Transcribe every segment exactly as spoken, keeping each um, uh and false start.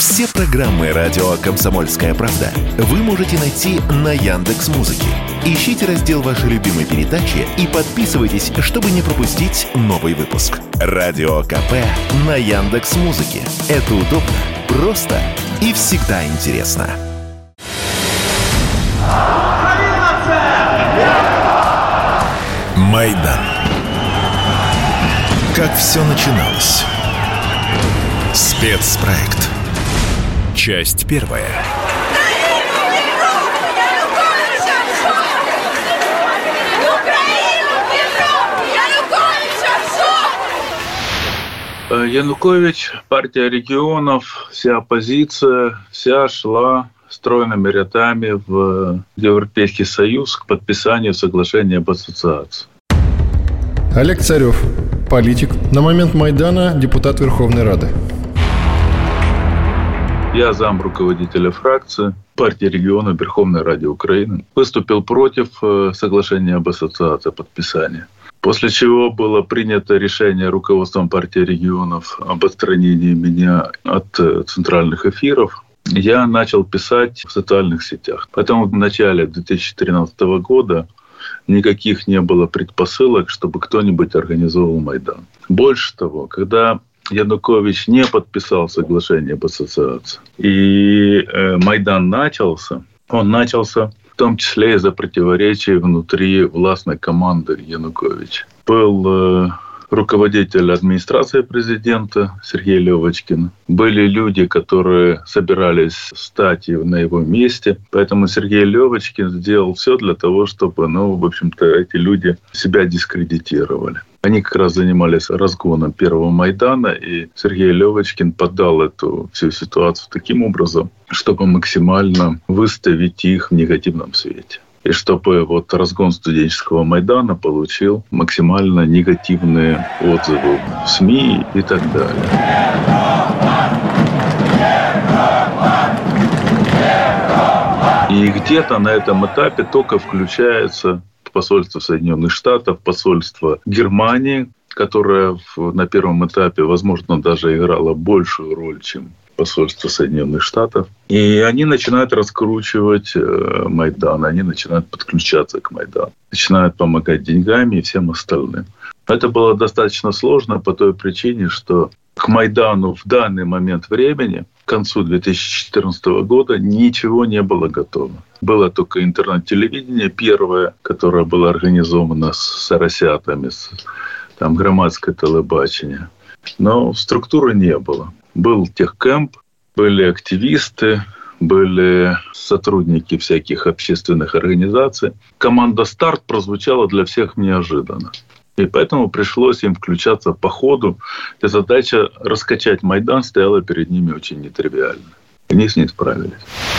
Все программы радио «Комсомольская правда» вы можете найти на Яндекс.Музыке. Ищите раздел вашей любимой передачи и подписывайтесь, чтобы не пропустить новый выпуск. Радио КП на Яндекс.Музыке. Это удобно, просто и всегда интересно. Майдан. Как все начиналось? Спецпроект. Часть первая. Янукович, партия регионов, вся оппозиция, вся шла стройными рядами в Европейский Союз к подписанию соглашения об ассоциации. Олег Царев, политик, на момент Майдана депутат Верховной Рады. Я зам руководителя фракции партии регионов Верховной Рады Украины. Выступил против соглашения об ассоциации, подписания. После чего было принято решение руководством партии регионов об отстранении меня от центральных эфиров. Я начал писать в социальных сетях. Поэтому в начале две тысячи тринадцатого года никаких не было предпосылок, чтобы кто-нибудь организовал Майдан. Больше того, когда Янукович не подписал соглашение об ассоциации, и э, Майдан начался, он начался в том числе из-за противоречий внутри властной команды Януковича. Был э, руководитель администрации президента Сергей Левочкин. Были люди, которые собирались стать на его месте. Поэтому Сергей Левочкин сделал все для того, чтобы, ну, в общем-то, эти люди себя дискредитировали. Они как раз занимались разгоном первого Майдана, и Сергей Левочкин подал эту всю ситуацию таким образом, чтобы максимально выставить их в негативном свете. И чтобы вот разгон студенческого Майдана получил максимально негативные отзывы в СМИ и так далее. И где-то на этом этапе только включается посольство Соединенных Штатов, посольство Германии, которое на первом этапе, возможно, даже играло большую роль, чем посольство Соединенных Штатов. И они начинают раскручивать Майдан, они начинают подключаться к Майдану, начинают помогать деньгами и всем остальным. Это было достаточно сложно по той причине, что к Майдану в данный момент времени, к концу две тысячи четырнадцатого года, ничего не было готово. Было только интернет-телевидение первое, которое было организовано с «Соросятами», с там, громадское телебачение. Но структуры не было. Был техкэмп, были активисты, были сотрудники всяких общественных организаций. Команда «Старт» прозвучала для всех неожиданно. И поэтому пришлось им включаться по ходу. И задача раскачать Майдан стояла перед ними очень нетривиально. Они с ней справились.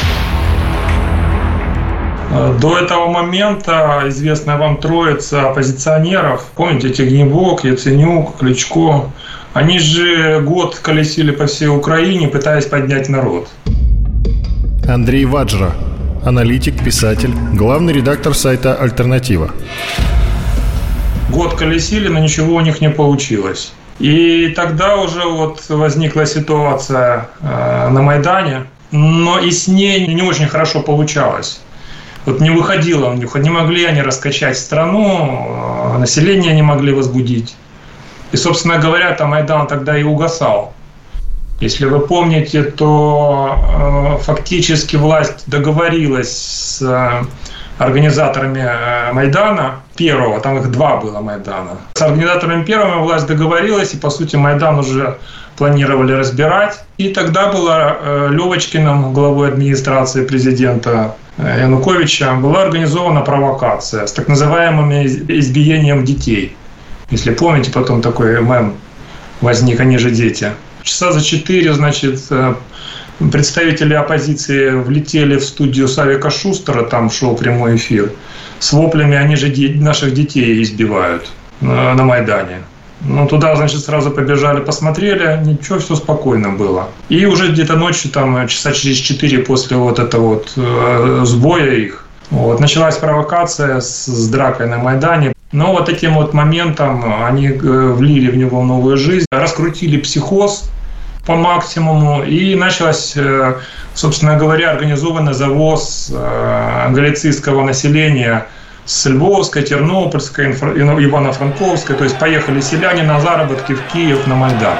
До этого момента известная вам троица оппозиционеров, помните, Тягнебок, Яценюк, Кличко, они же год колесили по всей Украине, пытаясь поднять народ. Андрей Ваджра, аналитик, писатель, главный редактор сайта «Альтернатива». Год колесили, но ничего у них не получилось. И тогда уже вот возникла ситуация э, на Майдане, но и с ней не очень хорошо получалось. Вот не выходило у них, не могли они раскачать страну, население не могли возбудить. И, собственно говоря, там Майдан тогда и угасал. Если вы помните, то э, фактически власть договорилась с э, организаторами э, Майдана первого, там их два было Майдана. С организаторами первого власть договорилась, и, по сути, Майдан уже планировали разбирать. И тогда была э, Левочкиным, главой администрации президента Януковича, была организована провокация с так называемым избиением детей. Если помните, потом такой мем возник, они же дети. Часа за четыре, значит, представители оппозиции влетели в студию Савика Шустера, там шел прямой эфир, с воплями «они же наших детей избивают» на Майдане. Ну, туда, значит, сразу побежали, посмотрели, ничего, все спокойно было. И уже где-то ночью, там, часа через четыре после вот этого вот э, сбоя их, вот, началась провокация с, с дракой на Майдане. Но вот этим вот моментом они э, влили в него новую жизнь, раскрутили психоз, по максимуму, и началось, собственно говоря, организованный завоз галицийского населения с Львовской, Тернопольской, Ивано-Франковской, то есть поехали селяне на заработки в Киев, на Майдан.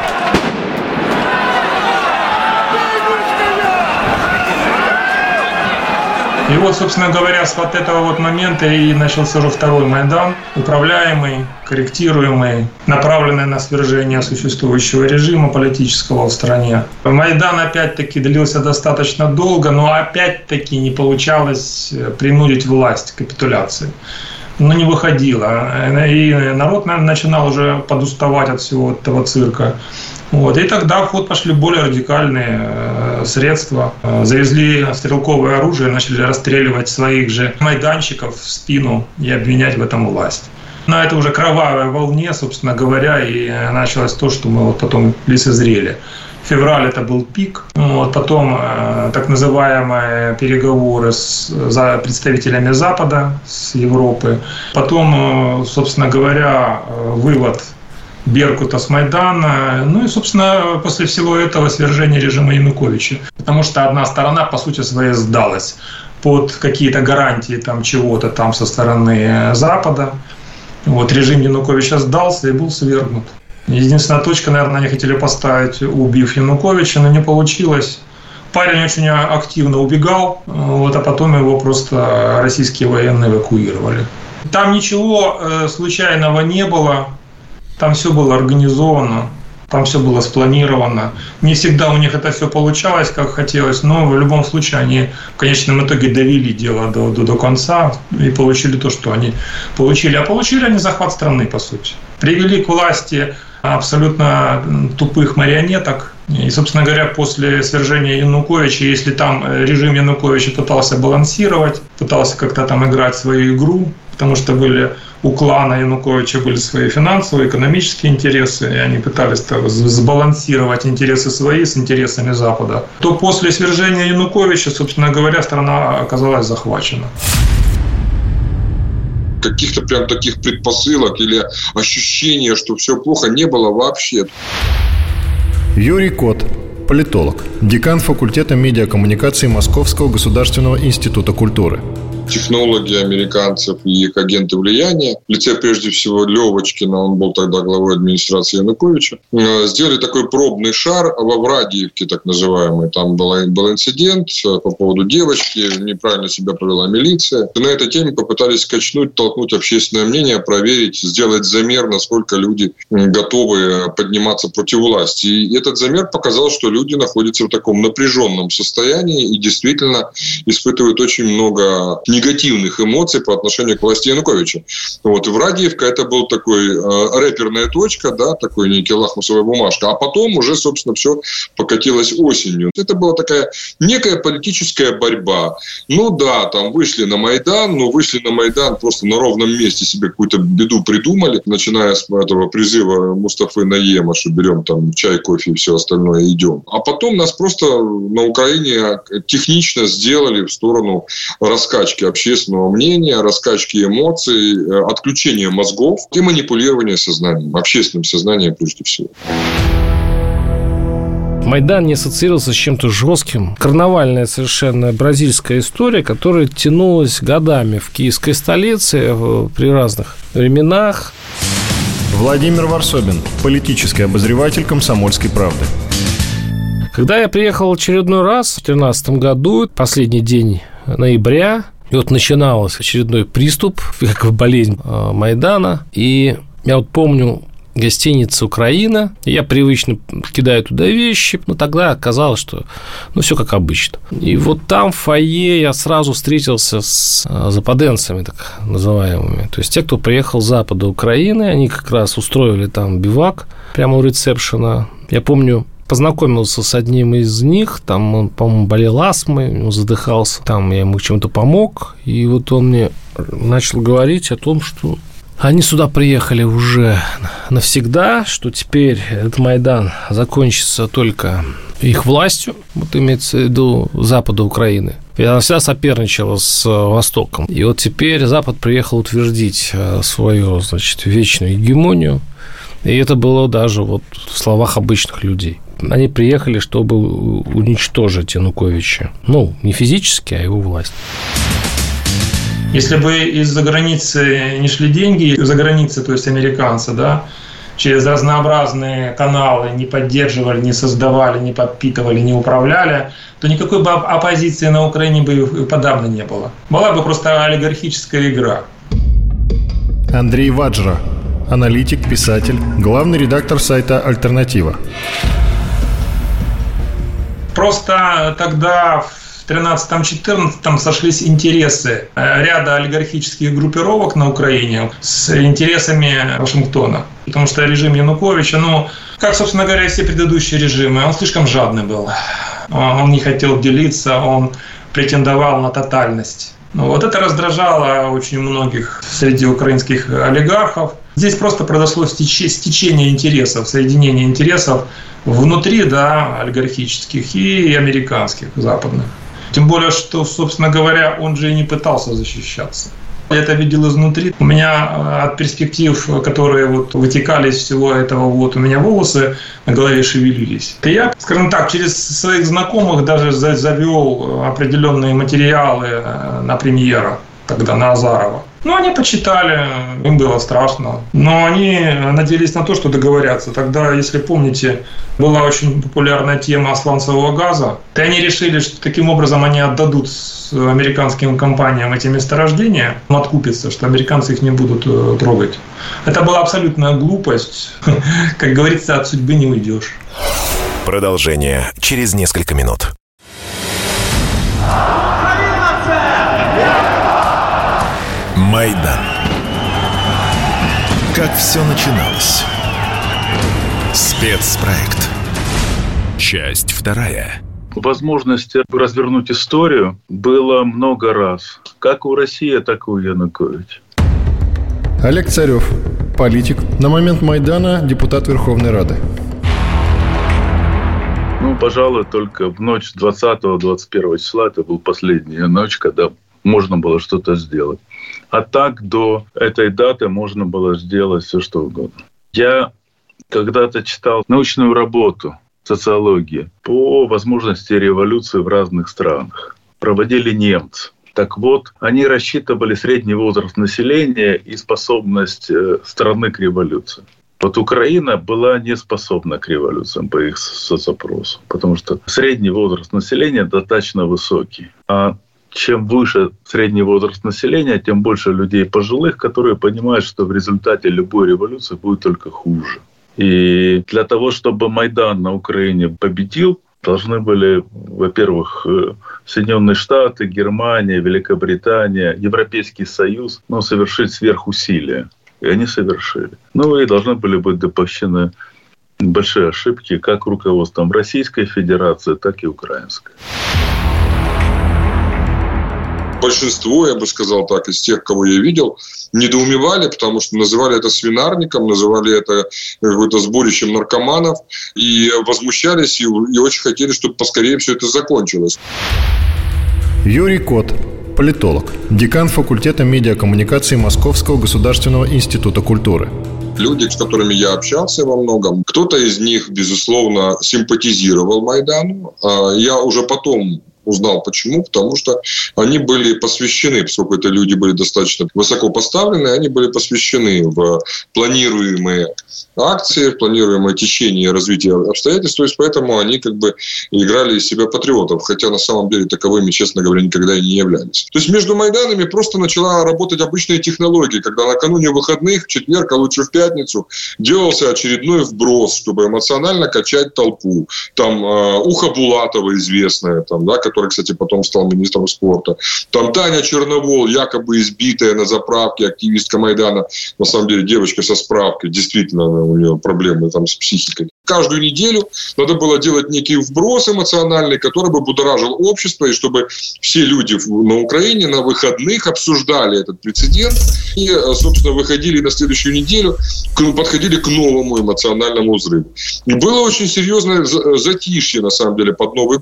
И вот, собственно говоря, с вот этого вот момента и начался уже второй Майдан, управляемый, корректируемый, направленный на свержение существующего режима политического в стране. Майдан, опять-таки, длился достаточно долго, но опять-таки не получалось принудить власть к капитуляции. Но не выходило. И народ, наверное, начинал уже подуставать от всего этого цирка. Вот. И тогда в ход пошли более радикальные средства. Завезли стрелковое оружие, начали расстреливать своих же майданщиков в спину и обвинять в этом власть. На это уже кровавой волне, собственно говоря, и началось то, что мы вот потом лицезрели. Февраль – это был пик. Вот, потом э, так называемые переговоры с за представителями Запада, с Европы. Потом, э, собственно говоря, э, вывод Беркута с Майдана. Ну и, собственно, после всего этого свержение режима Януковича. Потому что одна сторона, по сути своей, сдалась под какие-то гарантии там, чего-то там со стороны Запада. Вот, режим Януковича сдался и был свергнут. Единственная точка, наверное, они хотели поставить, убив Януковича, но не получилось. Парень очень активно убегал, вот, а потом его просто российские военные эвакуировали. Там ничего э, случайного не было, там все было организовано, там все было спланировано. Не всегда у них это все получалось, как хотелось, но в любом случае они в конечном итоге довели дело до, до, до конца и получили то, что они получили. А получили они захват страны, по сути. Привели к власти абсолютно тупых марионеток. И, собственно говоря, после свержения Януковича, если там режим Януковича пытался балансировать, пытался как-то там играть свою игру, потому что были у клана Януковича были свои финансовые, экономические интересы, и они пытались так сбалансировать интересы свои с интересами Запада, то после свержения Януковича, собственно говоря, страна оказалась захвачена. Каких-то прям таких предпосылок или ощущения, что все плохо, не было вообще. Юрий Кот, политолог, декан факультета медиакоммуникации Московского государственного института культуры. Технологи американцев и их агенты влияния, в лице прежде всего Левочкина, он был тогда главой администрации Януковича, сделали такой пробный шар во Врадиевке, так называемый. Там был, был инцидент по поводу девочки, неправильно себя повела милиция. И на этой теме попытались скачнуть, толкнуть общественное мнение, проверить, сделать замер, насколько люди готовы подниматься против власти. И этот замер показал, что люди находятся в таком напряженном состоянии и действительно испытывают очень много негативных эмоций по отношению к власти Януковича. Вот. И Врадиевка – это был такой э, рэперная точка, да, такой некий лакмусовая бумажка. А потом уже, собственно, все покатилось осенью. Это была такая некая политическая борьба. Ну да, там вышли на Майдан, но вышли на Майдан просто на ровном месте себе какую-то беду придумали, начиная с этого призыва Мустафы Наема, что берем там чай, кофе и все остальное, идем. А потом нас просто на Украине технично сделали в сторону раскачки общественного мнения, раскачки эмоций, отключения мозгов и манипулирования сознанием, общественным сознанием прежде всего. Майдан не ассоциировался с чем-то жестким. Карнавальная совершенно бразильская история, которая тянулась годами в киевской столице при разных временах. Владимир Варсобин, политический обозреватель «Комсомольской правды». Когда я приехал в очередной раз в две тысячи тринадцатом году, последний день ноября, и вот начинался очередной приступ, как болезнь Майдана. И я вот помню гостиница «Украина». Я привычно кидаю туда вещи, но тогда оказалось, что ну, все как обычно. И вот там в фойе я сразу встретился с западенцами, так называемыми. То есть те, кто приехал с запада Украины, они как раз устроили там бивак прямо у ресепшена. Я помню, познакомился с одним из них, там он, по-моему, болел астмой, он задыхался, там я ему чем-то помог, и вот он мне начал говорить о том, что они сюда приехали уже навсегда, что теперь этот Майдан закончится только их властью, вот имеется в виду Запада Украины. И она всегда соперничала с Востоком. И вот теперь Запад приехал утвердить свою, значит, вечную гегемонию. И это было даже вот в словах обычных людей. они приехали, чтобы уничтожить Януковича. Ну, не физически, а его власть. Если бы из-за границы не шли деньги, из-за границы, то есть американцы, да, через разнообразные каналы не поддерживали, не создавали, не подпитывали, не управляли, то никакой бы оппозиции на Украине бы подавно не было. Была бы просто олигархическая игра. Андрей Ваджра, аналитик, писатель, главный редактор сайта «Альтернатива». Просто тогда в тринадцатом-четырнадцатом сошлись интересы ряда олигархических группировок на Украине с интересами Вашингтона. Потому что режим Януковича, ну, как, собственно говоря, все предыдущие режимы, он слишком жадный был. Он не хотел делиться, он претендовал на тотальность. Ну, вот это раздражало очень многих среди украинских олигархов. Здесь просто произошло стечение интересов, соединение интересов внутри, да, олигархических и американских, западных. Тем более, что, собственно говоря, он же и не пытался защищаться. Я это видел изнутри. У меня от перспектив, которые вот вытекали из всего этого, вот у меня волосы на голове шевелились. И я, скажем так, через своих знакомых даже завел определенные материалы на премьера, тогда на Азарова. Ну, они почитали, им было страшно. Но они надеялись на то, что договорятся. Тогда, если помните, была очень популярная тема сланцевого газа. И они решили, что таким образом они отдадут американским компаниям эти месторождения, откупятся, что американцы их не будут трогать. Это была абсолютная глупость. Как говорится, от судьбы не уйдешь. Продолжение через несколько минут. Майдан. Как все начиналось? Спецпроект. Часть вторая. Возможности развернуть историю было много раз. Как у России, так и у Януковича. Олег Царев, политик, на момент Майдана депутат Верховной Рады. Ну, пожалуй, только в ночь двадцатого-двадцать первого числа, это была последняя ночь, когда можно было что-то сделать. А так до этой даты можно было сделать все, что угодно. Я когда-то читал научную работу социологии по возможности революции в разных странах. Проводили немцы. Так вот, они рассчитывали средний возраст населения и способность страны к революции. Вот Украина была не способна к революциям по их соцопросу, потому что средний возраст населения достаточно высокий. А чем выше средний возраст населения, тем больше людей пожилых, которые понимают, что в результате любой революции будет только хуже. И для того, чтобы Майдан на Украине победил, должны были, во-первых, Соединенные Штаты, Германия, Великобритания, Европейский Союз, ну, совершить сверхусилия. И они совершили. Ну и должны были быть допущены большие ошибки как руководством Российской Федерации, так и украинской. Большинство, я бы сказал так, из тех, кого я видел, недоумевали, потому что называли это свинарником, называли это какое-то сборищем наркоманов, и возмущались, и, и очень хотели, чтобы поскорее все это закончилось. Юрий Кот, политолог, декан факультета медиакоммуникации Московского государственного института культуры. Люди, с которыми я общался во многом, кто-то из них, безусловно, симпатизировал Майдану. Я уже потом узнал почему, потому что они были посвящены, поскольку это люди были достаточно высоко поставлены, они были посвящены в планируемые акции, в планируемое течение развития обстоятельств, то есть поэтому они как бы играли из себя патриотов, хотя на самом деле таковыми, честно говоря, никогда и не являлись. То есть между Майданами просто начала работать обычная технология, когда накануне выходных, в четверг, а лучше в пятницу, делался очередной вброс, чтобы эмоционально качать толпу. Там э, Ухо Булатова известная, там, да, который, кстати, потом стал министром спорта. Там Таня Черновол, якобы избитая на заправке, активистка Майдана. На самом деле девочка со справкой, действительно, у нее проблемы там с психикой. Каждую неделю надо было делать некий вброс эмоциональный, который бы будоражил общество, и чтобы все люди на Украине на выходных обсуждали этот прецедент и, собственно, выходили на следующую неделю, подходили к новому эмоциональному взрыву. И было очень серьезное затишье, на самом деле, под Новый год.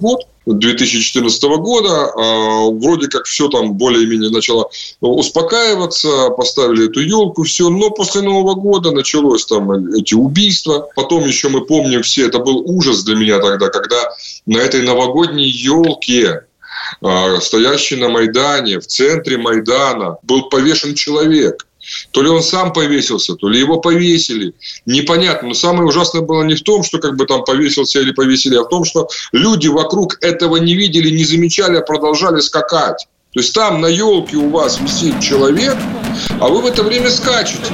две тысячи четырнадцатого года. Вроде как все там более-менее начало успокаиваться, поставили эту елку, все. Но после Нового года началось там эти убийства. Потом еще мы помним все, это был ужас для меня тогда, когда на этой новогодней елке, стоящей на Майдане, в центре Майдана, был повешен человек. То ли он сам повесился, то ли его повесили. Непонятно. Но самое ужасное было не в том, что как бы там повесился или повесили, а в том, что люди вокруг этого не видели, не замечали, а продолжали скакать. То есть там на елке у вас висит человек, а вы в это время скачете.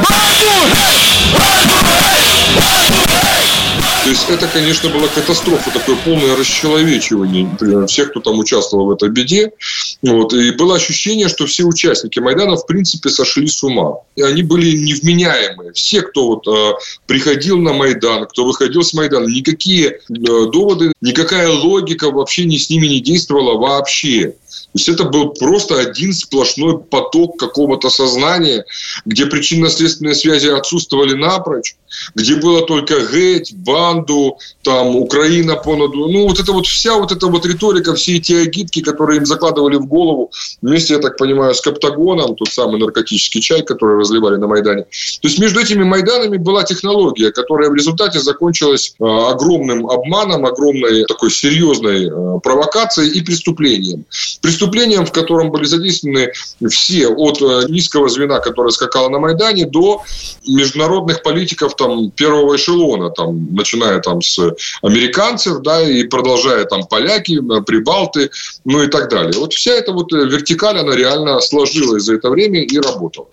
То есть это, конечно, была катастрофа, такое полное расчеловечивание всех, кто там участвовал в этой беде. Вот. И было ощущение, что все участники Майдана, в принципе, сошли с ума. И они были невменяемые. Все, кто вот, э, приходил на Майдан, кто выходил с Майдана, никакие э, доводы, никакая логика вообще не с ними не действовала вообще. То есть это был просто один сплошной поток какого-то сознания, где причинно-следственные связи отсутствовали напрочь, где было только геть, банду, там, Украина понаду. Ну, вот это вот вся вот эта вот риторика, все эти агитки, которые им закладывали в голову вместе, я так понимаю, с Каптагоном, тот самый наркотический чай, который разливали на Майдане. То есть между этими Майданами была технология, которая в результате закончилась э, огромным обманом, огромной такой серьезной э, провокацией и преступлением. Преступлением, в котором были задействованы все, от э, низкого звена, которое скакало на Майдане, до международных политиков там, первого эшелона, там, начиная там, с американцев, да, и продолжая там поляки, прибалты, ну и так далее. Вот вся эта вот вертикаль, она реально сложилась за это время и работала.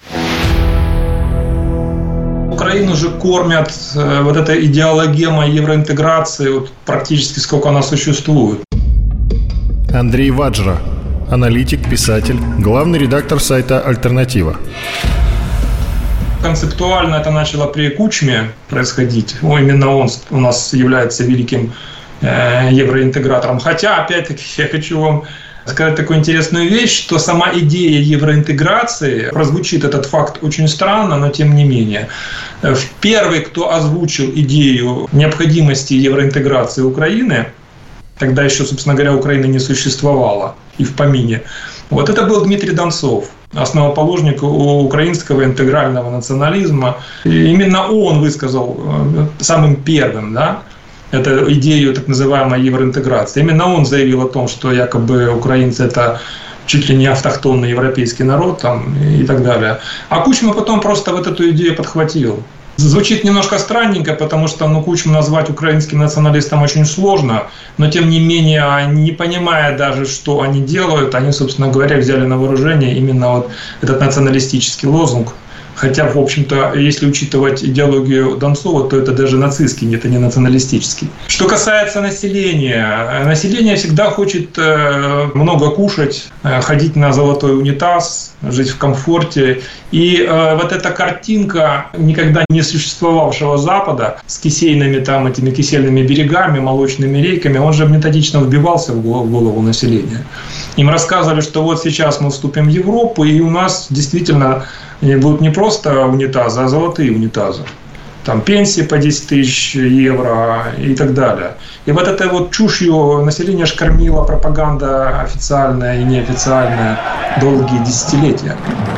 Украину же кормят э, вот эта идеологема евроинтеграции, вот, практически сколько она существует. Андрей Ваджра, аналитик, писатель, главный редактор сайта «Альтернатива». Концептуально это начало при Кучме происходить. О, именно он у нас является великим э, евроинтегратором. Хотя, опять-таки, я хочу вам сказать такую интересную вещь, что сама идея евроинтеграции, прозвучит этот факт очень странно, но тем не менее. Первый, кто озвучил идею необходимости евроинтеграции Украины, тогда еще, собственно говоря, Украины не существовало и в помине, вот это был Дмитрий Донцов, основоположник украинского интегрального национализма. И именно он высказал самым первым, да, эту идею так называемой евроинтеграции. Именно он заявил о том, что якобы украинцы – это чуть ли не автохтонный европейский народ там, и так далее. А Кучма потом просто вот эту идею подхватил. Звучит немножко странненько, потому что ну, Кучму назвать украинским националистом очень сложно, но тем не менее, не понимая даже, что они делают, они, собственно говоря, взяли на вооружение именно вот этот националистический лозунг. Хотя, в общем-то, если учитывать идеологию Донцова, то это даже нацистский, это не националистический. Что касается населения, население всегда хочет много кушать, ходить на золотой унитаз, жить в комфорте. И вот эта картинка никогда не существовавшего Запада с кисейными там этими кисельными берегами, молочными рейками, он же методично вбивался в голову населения. Им рассказывали, что вот сейчас мы вступим в Европу, и у нас действительно будут не просто унитазы, а золотые унитазы. Там пенсии по десять тысяч евро и так далее. И вот этой вот чушью население шкормила пропаганда официальная и неофициальная долгие десятилетия.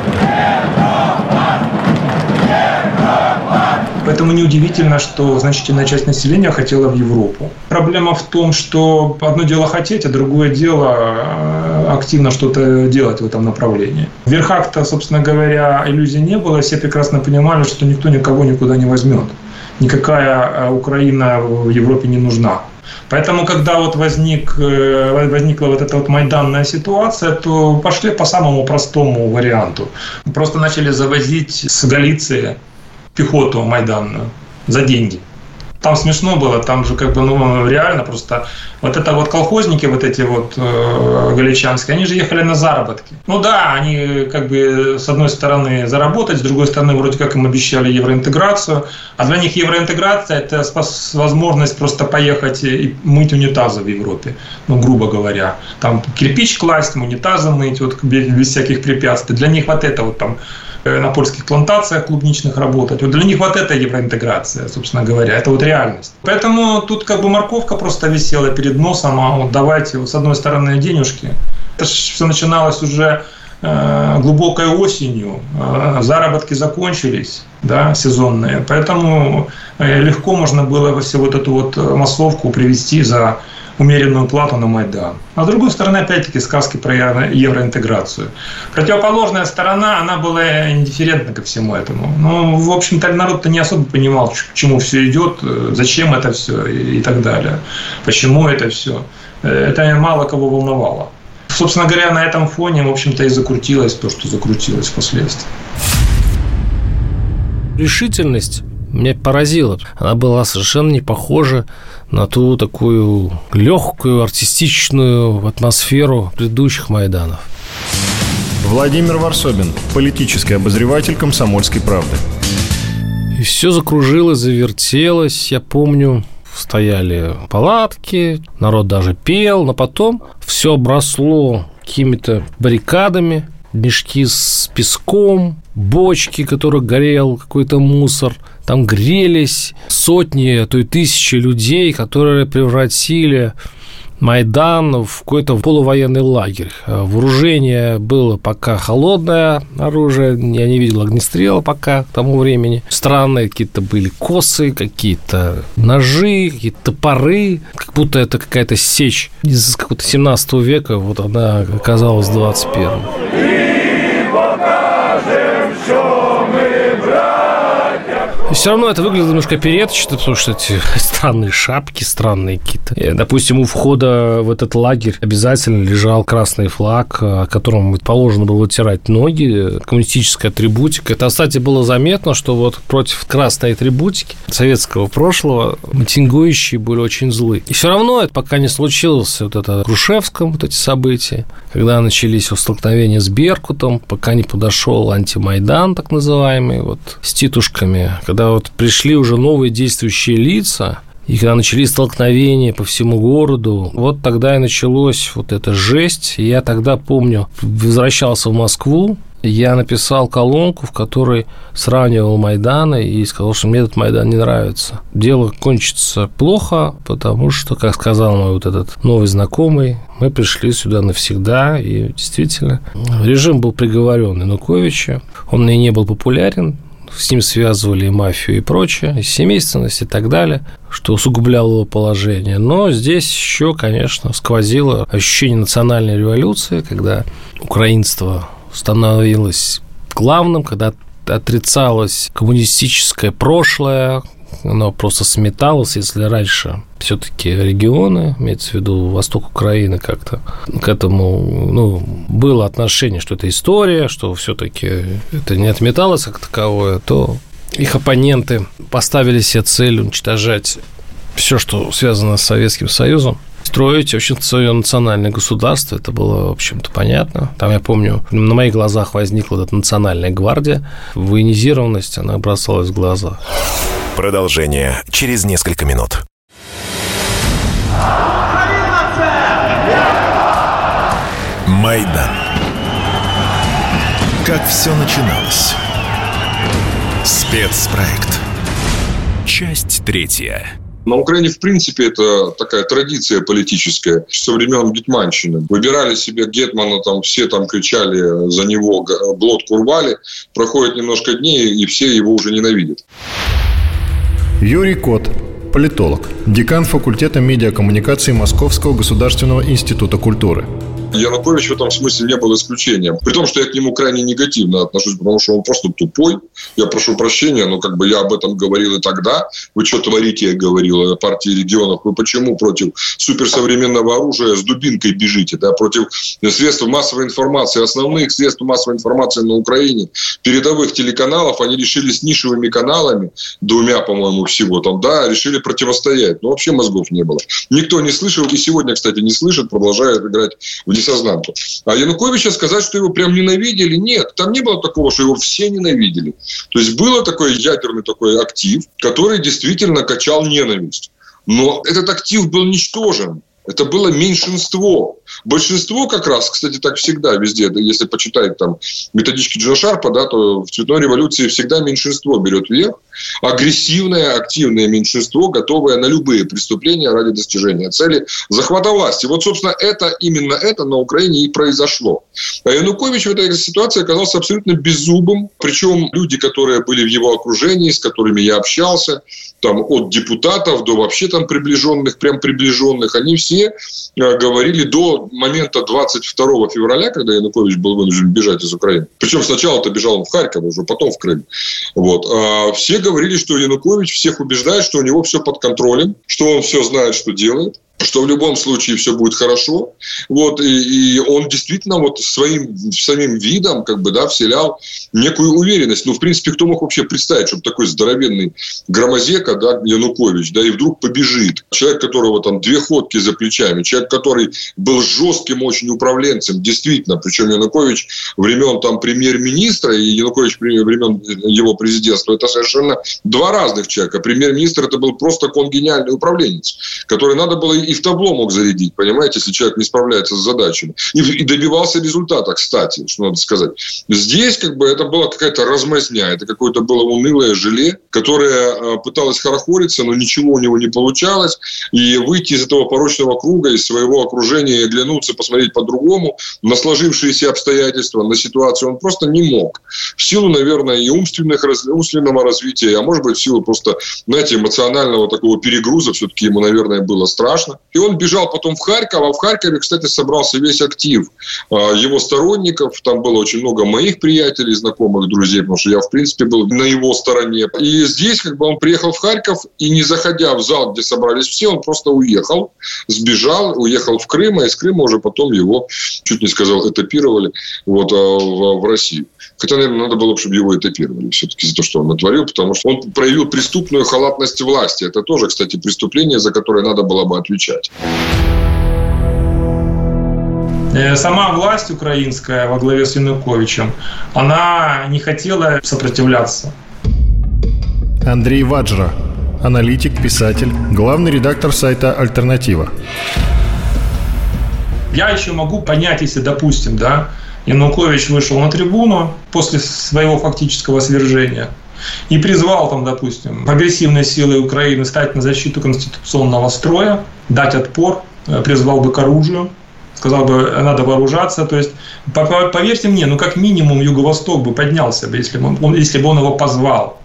Поэтому неудивительно, что значительная часть населения хотела в Европу. Проблема в том, что одно дело хотеть, а другое дело активно что-то делать в этом направлении. В верхах-то, собственно говоря, иллюзий не было. Все прекрасно понимали, что никто никого никуда не возьмет. Никакая Украина в Европе не нужна. Поэтому, когда вот возник, возникла вот эта вот майданная ситуация, то пошли по самому простому варианту. Просто начали завозить с Галиции пехоту майданную за деньги. Там смешно было, там же как бы, ну, реально просто вот это вот колхозники, вот эти вот э, галичанские, они же ехали на заработки. Ну да, они как бы с одной стороны заработать, с другой стороны вроде как им обещали евроинтеграцию, а для них евроинтеграция – это возможность просто поехать и мыть унитазы в Европе, ну, грубо говоря. Там кирпич класть, унитазы мыть, вот без всяких препятствий. Для них вот это вот там на польских плантациях клубничных работать. Вот для них вот это евроинтеграция, собственно говоря, это вот реальность. Поэтому тут как бы морковка просто висела перед носом, а вот давайте вот с одной стороны денежки. Это же все начиналось уже э, глубокой осенью, э, заработки закончились, да, сезонные, поэтому э, легко можно было всю вот эту вот массовку привести за умеренную плату на Майдан. А с другой стороны, опять-таки, сказки про евроинтеграцию. Противоположная сторона, она была индифферентна ко всему этому. Ну, в общем-то, народ-то не особо понимал, к чему все идет, зачем это все и так далее. Почему это все. Это мало кого волновало. Собственно говоря, на этом фоне, в общем-то, и закрутилось то, что закрутилось впоследствии. Решительность меня поразила. Она была совершенно не похожа на ту такую легкую, артистичную атмосферу предыдущих Майданов. Владимир Варсобин, политический обозреватель «Комсомольской правды». И все закружилось, завертелось. Я помню, стояли палатки, народ даже пел, но потом все обросло какими-то баррикадами, мешки с песком, бочки, в которых горел какой-то мусор. Там грелись сотни, а то и тысячи людей, которые превратили Майдан в какой-то полувоенный лагерь. Вооружение было пока холодное оружие, я не видел огнестрела пока к тому времени. Странные какие-то были косы, какие-то ножи, какие-то топоры, как будто это какая-то сечь из какого-то семнадцатого века, вот она оказалась в двадцать первом. И все равно это выглядит немножко опереточно, потому что эти странные шапки, странные какие-то. И, допустим, у входа в этот лагерь обязательно лежал красный флаг, о котором положено было вытирать ноги, коммунистическая атрибутика. Это, кстати, было заметно, что вот против красной атрибутики советского прошлого митингующие были очень злы. И все равно это пока не случилось, вот это в Грушевском, вот эти события, когда начались столкновения с Беркутом, пока не подошел антимайдан, так называемый, вот, с титушками, когда вот пришли уже новые действующие лица, и когда начались столкновения по всему городу, вот тогда и началась вот эта жесть. И я тогда, помню, возвращался в Москву, я написал колонку, в которой сравнивал Майданы и сказал, что мне этот Майдан не нравится. Дело кончится плохо, потому что, как сказал мой вот этот новый знакомый, мы пришли сюда навсегда, и действительно режим был приговорен Януковича, он и не был популярен, с ним связывали и мафию, и прочее, и семейственность, и так далее, что усугубляло его положение. Но здесь еще, конечно, сквозило ощущение национальной революции, когда украинство становилось главным, когда отрицалось коммунистическое прошлое, оно просто сметалось, если раньше все-таки регионы, имеется в виду восток Украины, как-то к этому, ну, было отношение, что это история, что все-таки это не отметалось как таковое, то их оппоненты поставили себе цель уничтожать все, что связано с Советским Союзом, строить, в общем-то, свое национальное государство. Это было, в общем-то, понятно. Там, я помню, на моих глазах возникла эта национальная гвардия. Военизированность, она бросалась в глаза. Продолжение через несколько минут. Майдан. Как все начиналось. Спецпроект. Часть третья. На Украине, в принципе, это такая традиция политическая. Со времен гетманщины. Выбирали себе гетмана, там все там кричали за него, глотку рвали. Проходит немножко дней, и все его уже ненавидят. Юрий Кот, политолог, декан факультета медиакоммуникации Московского государственного института культуры. Янукович в этом смысле не был исключением. При том, что я к нему крайне негативно отношусь, потому что он просто тупой. Я прошу прощения, но как бы я об этом говорил и тогда. Вы что творите, я говорил о партии регионов. Вы почему против суперсовременного оружия с дубинкой бежите? Да? Против средств массовой информации, основных средств массовой информации на Украине, передовых телеканалов, они решили с нишевыми каналами, двумя, по-моему, всего там, да, решили противостоять. Но вообще мозгов не было. Никто не слышал, и сегодня, кстати, не слышит, продолжает играть в несознанку. А Януковича сказать, что его прям ненавидели, нет. Там не было такого, что его все ненавидели. То есть, был такой ядерный такой актив, который действительно качал ненависть. Но этот актив был ничтожен Это было меньшинство. Большинство как раз, кстати, так всегда везде. Если почитать там методички Джона Шарпа, да, то в цветной революции всегда меньшинство берет верх. Агрессивное, активное меньшинство, готовое на любые преступления ради достижения цели захвата власти. Вот, собственно, это, именно это на Украине и произошло. А Янукович в этой ситуации оказался абсолютно беззубым. Причем люди, которые были в его окружении, с которыми я общался, там, от депутатов до вообще там приближенных, прям приближенных, они все говорили до момента двадцать второго февраля, когда Янукович был вынужден бежать из Украины. Причем сначала-то бежал он в Харьков, уже потом в Крым. Вот. А все говорили, что Янукович всех убеждает, что у него все под контролем, что он все знает, что делает, что в любом случае все будет хорошо. Вот, и, и он действительно вот своим самим видом как бы, да, вселял некую уверенность. Ну, в принципе, кто мог вообще представить, чтобы такой здоровенный громозека, да, Янукович, да, и вдруг побежит. Человек, которого там две ходки за плечами, человек, который был жестким очень управленцем, действительно, причем Янукович времен там премьер-министра и Янукович времен его президентства, это совершенно два разных человека. Премьер-министр это был просто конгениальный управленец, который надо было и в табло мог зарядить, понимаете, если человек не справляется с задачами. И, и добивался результата, кстати, что надо сказать. Здесь как бы это была какая-то размазня, это какое-то было унылое желе, которое пыталось хорохориться, но ничего у него не получалось. И выйти из этого порочного круга, из своего окружения, и оглянуться, посмотреть по-другому на сложившиеся обстоятельства, на ситуацию он просто не мог. В силу, наверное, и умственных, умственного развития, а может быть, в силу просто, знаете, эмоционального такого перегруза, все-таки ему, наверное, было страшно. И он бежал потом в Харьков, а в Харькове, кстати, собрался весь актив его сторонников. Там было очень много моих приятелей, знакомых, друзей, потому что я, в принципе, был на его стороне. И здесь, как бы, он приехал в Харьков, и не заходя в зал, где собрались все, он просто уехал, сбежал, уехал в Крым, а из Крыма уже потом его, чуть не сказал, этапировали вот, в, в Россию. Хотя, наверное, надо было, чтобы его этапировали все-таки за то, что он натворил, потому что он проявил преступную халатность власти. Это тоже, кстати, преступление, за которое надо было бы отвечать. Сама власть украинская во главе с Януковичем, она не хотела сопротивляться. Андрей Ваджра, аналитик, писатель, главный редактор сайта «Альтернатива». Я еще могу понять, если, допустим, да, Янукович вышел на трибуну после своего фактического свержения и призвал, там, допустим, агрессивные силы Украины стать на защиту конституционного строя, дать отпор, призвал бы к оружию, сказал бы, надо вооружаться. То есть, поверьте мне, ну, как минимум, Юго-Восток бы поднялся бы, если бы он, если бы он его позвал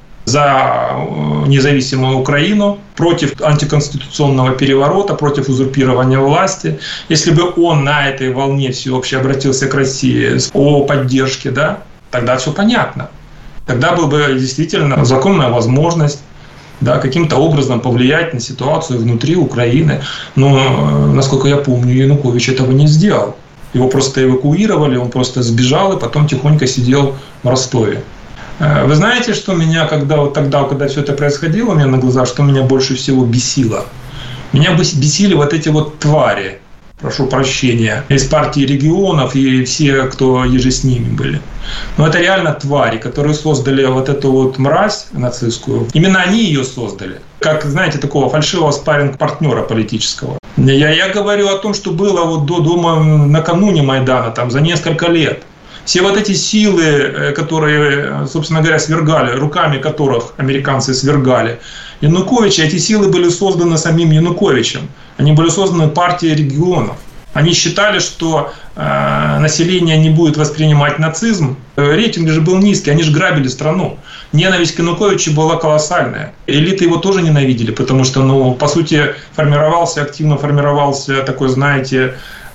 за независимую Украину, против антиконституционного переворота, против узурпирования власти. Если бы он на этой волне всеобще обратился к России о поддержке, да, тогда все понятно. Тогда была бы действительно законная возможность, да, каким-то образом повлиять на ситуацию внутри Украины. Но, насколько я помню, Янукович этого не сделал. Его просто эвакуировали, он просто сбежал и потом тихонько сидел в Ростове. Вы знаете, что меня, когда вот тогда, когда все это происходило у меня на глазах, что меня больше всего бесило? Меня бесили вот эти вот твари, прошу прощения, из партии регионов и все, кто еже с ними были. Но это реально твари, которые создали вот эту вот мразь нацистскую. Именно они ее создали. Как, знаете, такого фальшивого спарринг-партнера политического. Я, я говорю о том, что было вот до, до, накануне Майдана, там, за несколько лет. Все вот эти силы, которые, собственно говоря, свергали, руками которых американцы свергали Януковича, эти силы были созданы самим Януковичем. Они были созданы партией регионов. Они считали, что э, население не будет воспринимать нацизм. Рейтинг же был низкий, они же грабили страну. Ненависть к Януковичу была колоссальная. Элиты его тоже ненавидели, потому что, ну, по сути, формировался, активно формировался такой, знаете,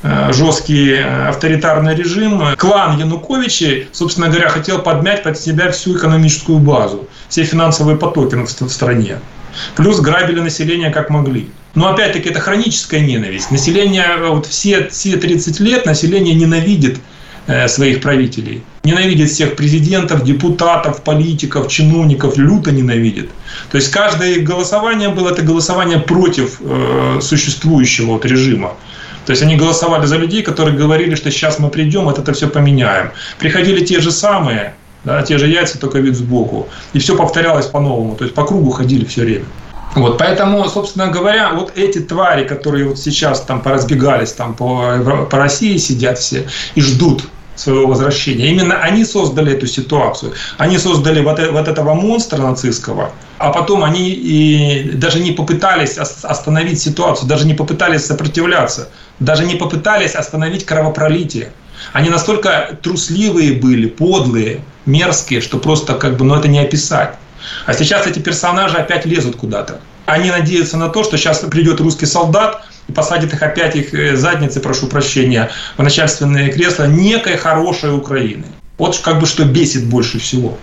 жесткий авторитарный режим. Клан Януковича, собственно говоря, хотел подмять под себя всю экономическую базу, все финансовые потоки в стране. Плюс грабили население как могли. Но опять-таки это хроническая ненависть. Население, вот все, все тридцать лет население ненавидит своих правителей. Ненавидит всех президентов, депутатов, политиков, чиновников, люто ненавидит. То есть каждое их голосование было это голосование против э, существующего вот режима. То есть они голосовали за людей, которые говорили, что сейчас мы придем, вот это все поменяем. Приходили те же самые, да, те же яйца, только вид сбоку. И все повторялось по-новому. То есть по кругу ходили все время. Вот, поэтому, собственно говоря, вот эти твари, которые вот сейчас там поразбегались там по, по России, сидят все и ждут своего возвращения. Именно они создали эту ситуацию. Они создали вот, вот этого монстра нацистского, а потом они и даже не попытались остановить ситуацию, даже не попытались сопротивляться, даже не попытались остановить кровопролитие. Они настолько трусливые были, подлые, мерзкие, что просто как бы, ну, это не описать. А сейчас эти персонажи опять лезут куда-то. Они надеются на то, что сейчас придет русский солдат и посадит их опять, их задницы, прошу прощения, в начальственные кресла некой хорошей Украины. Вот как бы что бесит больше всего.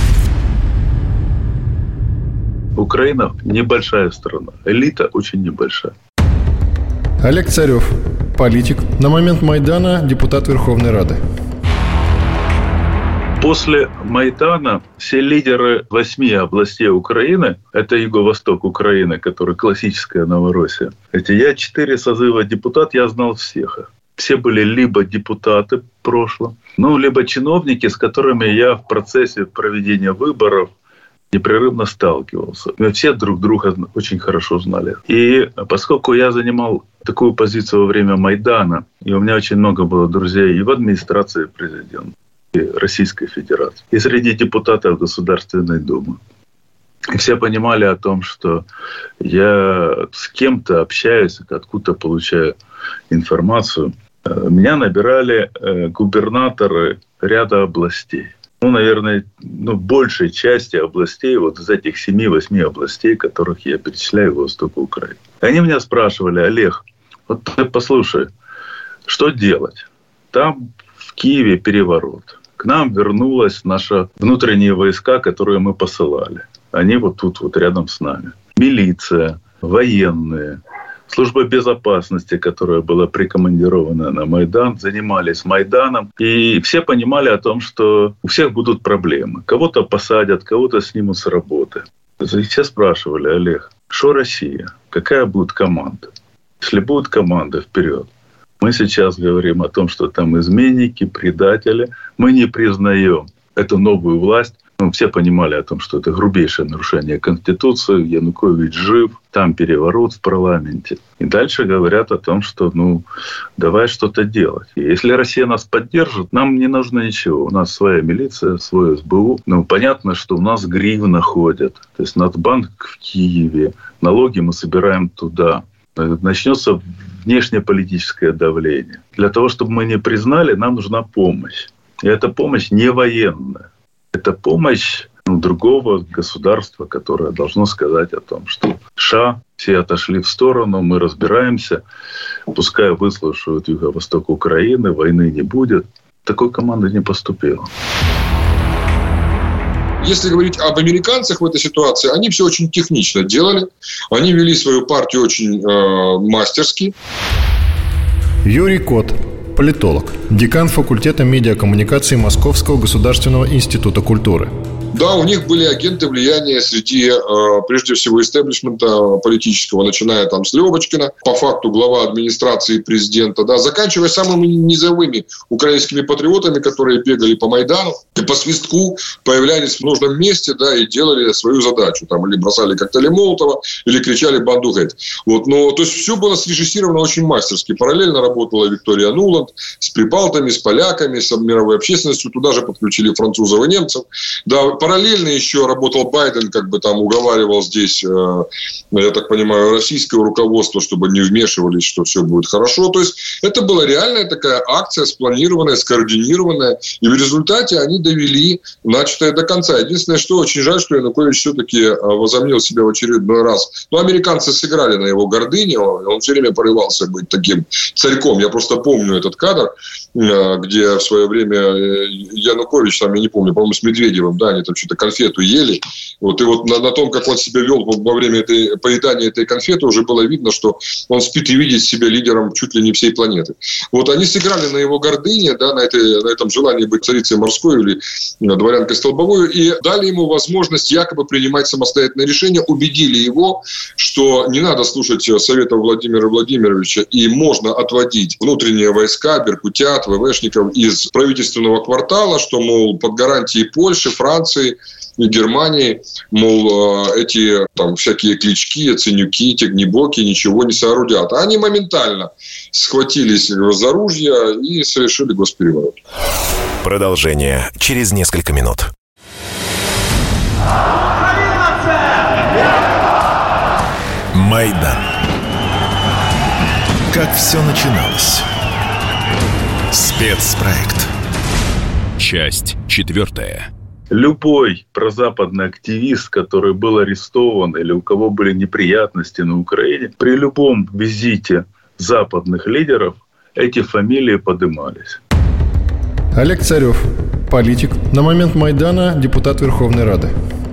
Украина небольшая страна, элита очень небольшая. Олег Царев, политик, на момент Майдана депутат Верховной Рады. После Майдана все лидеры восьми областей Украины, это юго-восток Украины, который классическая Новороссия, эти я четыре созыва депутат, я знал всех. Все были либо депутаты в прошлом, ну, либо чиновники, с которыми я в процессе проведения выборов непрерывно сталкивался. Мы все друг друга очень хорошо знали. И поскольку я занимал такую позицию во время Майдана, и у меня очень много было друзей и в администрации президента, и Российской Федерации, и среди депутатов Государственной Думы. И все понимали о том, что я с кем-то общаюсь, откуда-то получаю информацию. Меня набирали губернаторы ряда областей. Ну, наверное, ну, большей части областей, вот из этих семи-восьми областей, которых я перечисляю, востока Украины. Они меня спрашивали: Олег, вот ты послушай, что делать? Там в Киеве переворот. К нам вернулись наши внутренние войска, которые мы посылали. Они вот тут вот рядом с нами. Милиция, военные, служба безопасности, которая была прикомандирована на Майдан, занимались Майданом. И все понимали о том, что у всех будут проблемы. Кого-то посадят, кого-то снимут с работы. И все спрашивали: Олег, что Россия? Какая будет команда? Если будет команда, вперед. Мы сейчас говорим о том, что там изменники, предатели. Мы не признаем эту новую власть. Ну, все понимали о том, что это грубейшее нарушение Конституции. Янукович жив, там переворот в парламенте. И дальше говорят о том, что ну давай что-то делать. И если Россия нас поддержит, нам не нужно ничего. У нас своя милиция, свой эс бэ у. Ну, понятно, что у нас гривна ходят. То есть Нацбанк в Киеве. Налоги мы собираем туда. Начнется внешнеполитическое давление. Для того, чтобы мы не признали, нам нужна помощь. И эта помощь не военная. Это помощь ну, другого государства, которое должно сказать о том, что США все отошли в сторону, мы разбираемся, пускай выслушают юго-восток Украины, войны не будет. Такой команды не поступило. Если говорить об американцах в этой ситуации, они все очень технично делали. Они вели свою партию очень э, мастерски. Юрий Кот, политолог, декан факультета медиакоммуникации Московского государственного института культуры. Да, у них были агенты влияния среди, э, прежде всего, истеблишмента политического, начиная там с Левочкина, по факту глава администрации президента, да, заканчивая самыми низовыми украинскими патриотами, которые бегали по Майдану и по свистку появлялись в нужном месте, да, и делали свою задачу, там, или бросали коктейли Молотова, или кричали «банду геть». Вот, но, то есть, все было срежиссировано очень мастерски. Параллельно работала Виктория Нуланд с прибалтами, с поляками, с мировой общественностью, туда же подключили французов и немцев, да. Параллельно еще работал Байден, как бы там уговаривал здесь, э, я так понимаю, российское руководство, чтобы не вмешивались, что все будет хорошо. То есть это была реальная такая акция, спланированная, скоординированная. И в результате они довели начатое до конца. Единственное, что очень жаль, что Янукович все-таки возомнил себя в очередной раз. Ну, американцы сыграли на его гордыне. Он все время порывался быть таким царьком. Я просто помню этот кадр, где в свое время Янукович, там, я не помню, по-моему, с Медведевым, да, они там что-то конфету ели. Вот, и вот на, на том, как он себя вел во время этой, поедания этой конфеты, уже было видно, что он спит и видит себя лидером чуть ли не всей планеты. Вот они сыграли на его гордыне, да, на, этой, на этом желании быть царицей морской или дворянкой столбовой, и дали ему возможность якобы принимать самостоятельные решения, убедили его, что не надо слушать советов Владимира Владимировича, и можно отводить внутренние войска, беркутят, ВВшников из правительственного квартала, что, мол, под гарантией Польши, Франции и Германии, мол, эти там всякие клички, яценюки, тягнебоки ничего не соорудят. А они моментально схватились за ружья и совершили госпереворот. Продолжение через несколько минут. Майдан. Как все начиналось? Спецпроект. Часть четвертая. Любой прозападный активист, который был арестован или у кого были неприятности на Украине, при любом визите западных лидеров эти фамилии поднимались. Олег Царев, политик, на момент Майдана депутат Верховной Рады.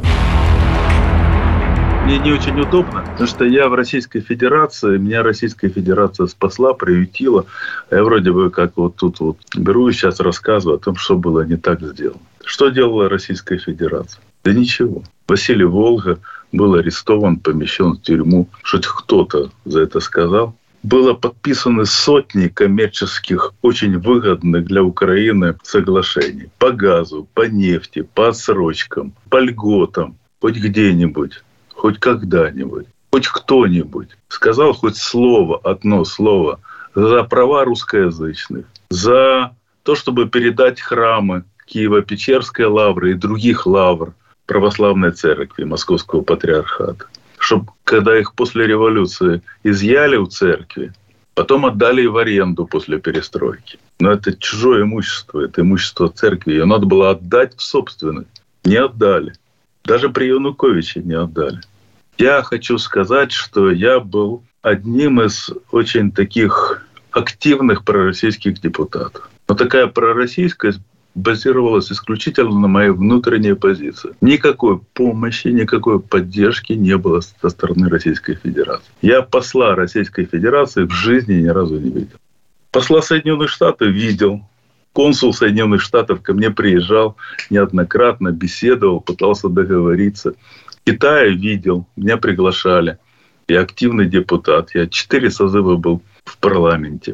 Мне не очень удобно, потому что я в Российской Федерации, меня Российская Федерация спасла, приютила. Я вроде бы как вот тут вот беру и сейчас рассказываю о том, что было не так сделано. Что делала Российская Федерация? Да ничего. Василий Волга был арестован, помещен в тюрьму. Что кто-то за это сказал. Было подписаны сотни коммерческих, очень выгодных для Украины соглашений. По газу, по нефти, по отсрочкам, по льготам. Хоть где-нибудь, хоть когда-нибудь, хоть кто-нибудь сказал хоть слово, одно слово за права русскоязычных, за то, чтобы передать храмы Киево-Печерской лавры и других лавр православной церкви Московского патриархата. Чтобы, когда их после революции изъяли у церкви, потом отдали в аренду после перестройки. Но это чужое имущество, это имущество церкви. Ее надо было отдать в собственность. Не отдали. Даже при Януковиче не отдали. Я хочу сказать, что я был одним из очень таких активных пророссийских депутатов. Но такая пророссийскость базировалась исключительно на моей внутренней позиции. Никакой помощи, никакой поддержки не было со стороны Российской Федерации. Я посла Российской Федерации в жизни ни разу не видел. Посла Соединенных Штатов видел. Консул Соединенных Штатов ко мне приезжал неоднократно, беседовал, пытался договориться. Китая видел, меня приглашали. Я активный депутат, я четыре созыва был в парламенте.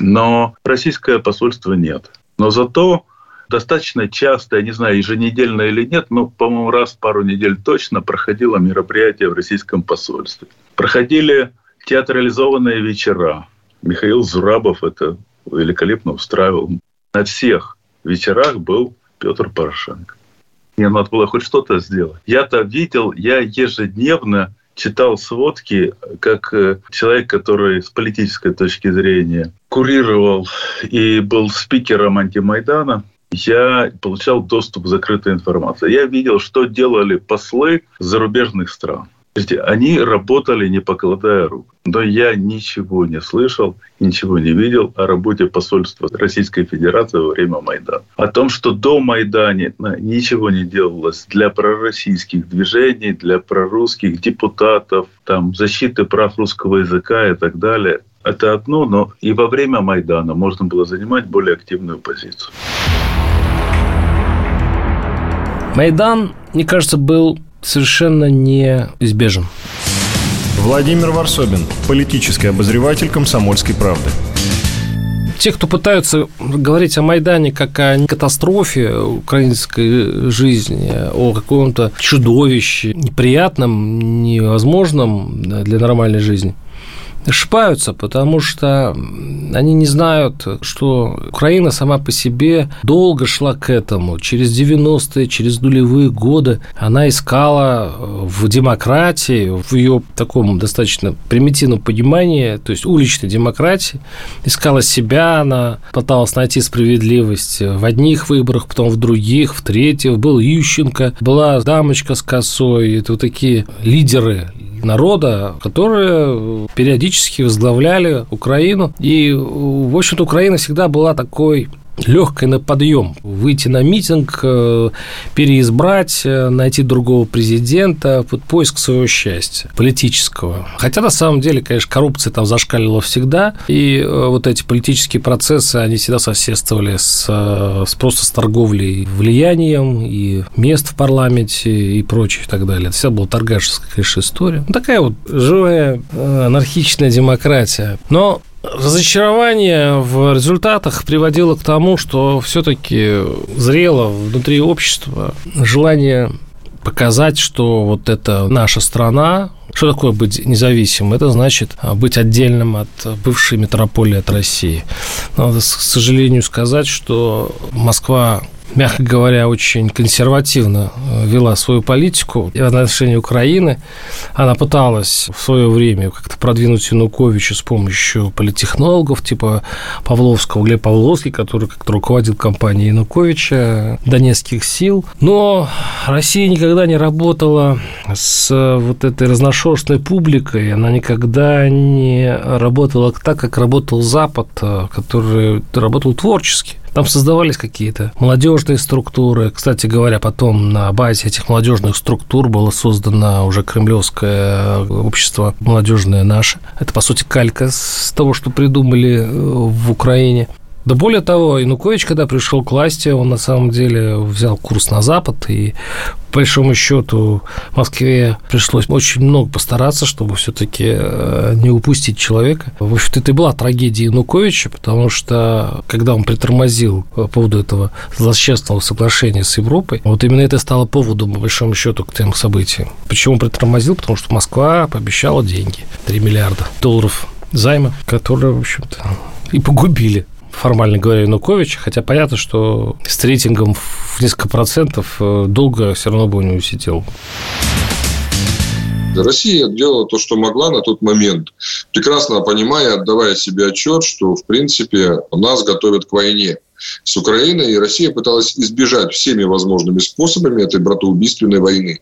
Но российское посольство нет. Но зато достаточно часто, я не знаю, еженедельно или нет, но, по-моему, раз в пару недель точно проходило мероприятие в российском посольстве. Проходили театрализованные вечера. Михаил Зурабов это великолепно устраивал. На всех вечерах был Петр Порошенко. Мне надо было хоть что-то сделать. Я-то видел, я ежедневно читал сводки, как человек, который с политической точки зрения курировал и был спикером антимайдана. Я получал доступ к закрытой информации. Я видел, что делали послы зарубежных стран. Они работали, не покладая рук. Но я ничего не слышал, ничего не видел о работе посольства Российской Федерации во время Майдана. О том, что до Майдана ничего не делалось для пророссийских движений, для прорусских депутатов, там, защиты прав русского языка и так далее. Это одно, но и во время Майдана можно было занимать более активную позицию. Майдан, мне кажется, был совершенно неизбежен. Владимир Варсобин, политический обозреватель «Комсомольской правды». Те, кто пытаются говорить о Майдане как о катастрофе украинской жизни, о каком-то чудовище, неприятном, невозможном для нормальной жизни, ошибаются, потому что они не знают, что Украина сама по себе долго шла к этому. Через девяностые, через нулевые годы она искала в демократии, в ее таком достаточно примитивном понимании, то есть уличной демократии, искала себя, она пыталась найти справедливость в одних выборах, потом в других, в третьих. Был Ющенко, была дамочка с косой. Это вот такие лидеры народа, которые периодически возглавляли Украину. И, в общем-то, Украина всегда была такой легкой на подъем. Выйти на митинг, переизбрать, найти другого президента, под поиск своего счастья политического. Хотя, на самом деле, конечно, коррупция там зашкаливала всегда, и вот эти политические процессы, они всегда соседствовали с, с просто с торговлей влиянием и мест в парламенте и прочее и так далее. Это вся была торгашеская, конечно, история. Ну, такая вот живая анархичная демократия. Но разочарование в результатах приводило к тому, что все-таки зрело внутри общества желание показать, что вот это наша страна. Что такое быть независимым? Это значит быть отдельным от бывшей метрополии, от России. Надо, к сожалению, сказать, что Москва, мягко говоря, очень консервативно вела свою политику в отношении Украины. Она пыталась в свое время как-то продвинуть Януковича с помощью политтехнологов типа Павловского, Глеб Павловский, который как-то руководил кампанией Януковича, Донецких сил. Но Россия никогда не работала с вот этой разношерстной публикой, она никогда не работала так, как работал Запад, который работал творчески. Там создавались какие-то молодежные структуры. Кстати говоря, потом на базе этих молодежных структур было создано уже кремлевское общество молодежное наше. Это, по сути, калька с того, что придумали в Украине. Да более того, Янукович, когда пришел к власти, он на самом деле взял курс на Запад, и по большому счету Москве пришлось очень много постараться, чтобы все-таки не упустить человека. В общем-то, это и была трагедия Януковича, потому что когда он притормозил по поводу этого злосчастного соглашения с Европой, вот именно это стало поводом, по большому счету, к тем событиям. Почему он притормозил? Потому что Москва пообещала деньги, три миллиарда долларов займа, которые, в общем-то, и погубили, формально говоря, Януковича, хотя понятно, что с рейтингом в несколько процентов долго все равно бы он не усидел. Россия делала то, что могла на тот момент, прекрасно понимая, отдавая себе отчет, что, в принципе, нас готовят к войне с Украиной, и Россия пыталась избежать всеми возможными способами этой братоубийственной войны.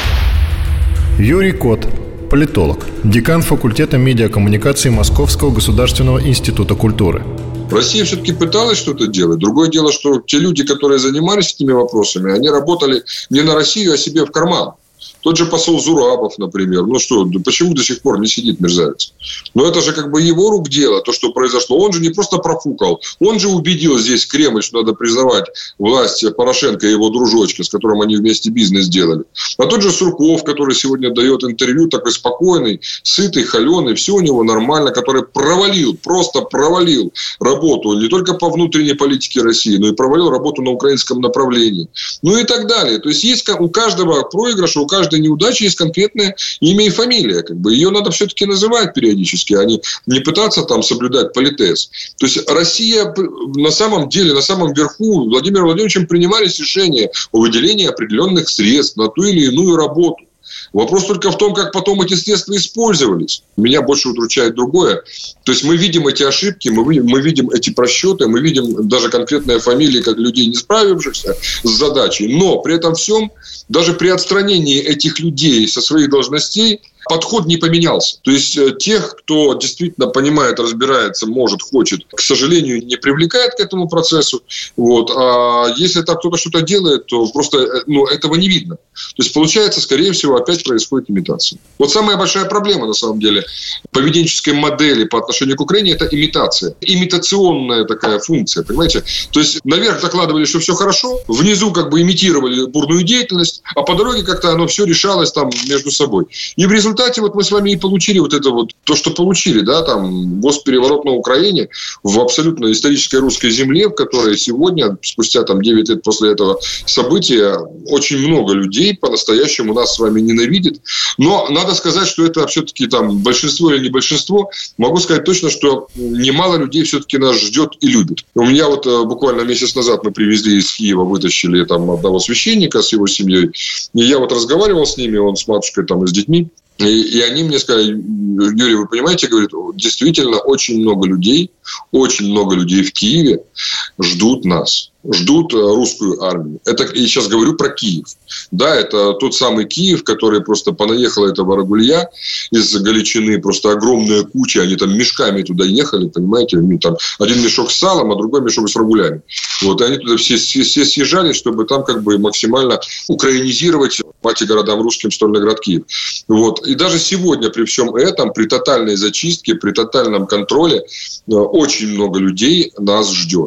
Юрий Кот, политолог, декан факультета медиакоммуникации Московского государственного института культуры. Россия все-таки пыталась что-то делать. Другое дело, что те люди, которые занимались этими вопросами, они работали не на Россию, а себе в карман. Тот же посол Зурабов, например. Ну что, почему до сих пор не сидит мерзавец? Но это же как бы его рук дело, то, что произошло. Он же не просто профукал. Он же убедил здесь Кремль, что надо признавать власть Порошенко и его дружочка, с которым они вместе бизнес делали. А тот же Сурков, который сегодня дает интервью, такой спокойный, сытый, холеный, все у него нормально, который провалил, просто провалил работу не только по внутренней политике России, но и провалил работу на украинском направлении. Ну и так далее. То есть, есть у каждого проигрыша, у каждой неудачи есть конкретное имя и фамилия. Как бы ее надо все-таки называть периодически, а не, не пытаться там соблюдать политез. То есть Россия на самом деле, на самом верху Владимиром Владимировичем принимались решения о выделении определенных средств на ту или иную работу. Вопрос только в том, как потом эти средства использовались. Меня больше удручает другое. То есть мы видим эти ошибки, мы видим, мы видим эти просчеты, мы видим даже конкретные фамилии как людей, не справившихся с задачей. Но при этом всем, даже при отстранении этих людей со своих должностей, подход не поменялся. То есть тех, кто действительно понимает, разбирается, может, хочет, к сожалению, не привлекает к этому процессу. Вот. А если так кто-то что-то делает, то просто ну, этого не видно. То есть получается, скорее всего, опять происходит имитация. Вот самая большая проблема, на самом деле, поведенческой модели по отношению к Украине – это имитация. Имитационная такая функция, понимаете? То есть наверх докладывали, что все хорошо, внизу как бы имитировали бурную деятельность, а по дороге как-то оно все решалось там между собой. И в результате В результате вот мы с вами и получили вот это вот, то, что получили, да, там, госпереворот на Украине, в абсолютно исторической русской земле, в которой сегодня, спустя там девять лет после этого события, очень много людей по-настоящему нас с вами ненавидит. Но надо сказать, что это все-таки там большинство или не большинство. Могу сказать точно, что немало людей все-таки нас ждет и любит. У меня вот буквально месяц назад мы привезли из Киева, вытащили там одного священника с его семьей. И я вот разговаривал с ними, он с матушкой там и с детьми. И, и они мне сказали: Юрий, вы понимаете, говорит, действительно очень много людей, очень много людей в Киеве ждут нас, ждут русскую армию. Это я сейчас говорю про Киев. Да, это тот самый Киев, который просто понаехало этого рагулья из Галичины, просто огромная куча, они там мешками туда ехали, понимаете, там один мешок с салом, а другой мешок с рагулями. Вот, и они туда все, все, все съезжали, чтобы там как бы максимально украинизировать эти городам русским стольный град Киев. Вот. И даже сегодня при всем этом, при тотальной зачистке, при тотальном контроле, очень много людей нас ждет.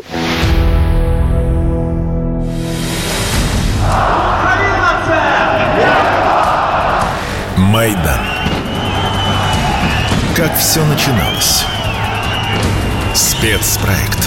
Майдан. Как все начиналось? Спецпроект.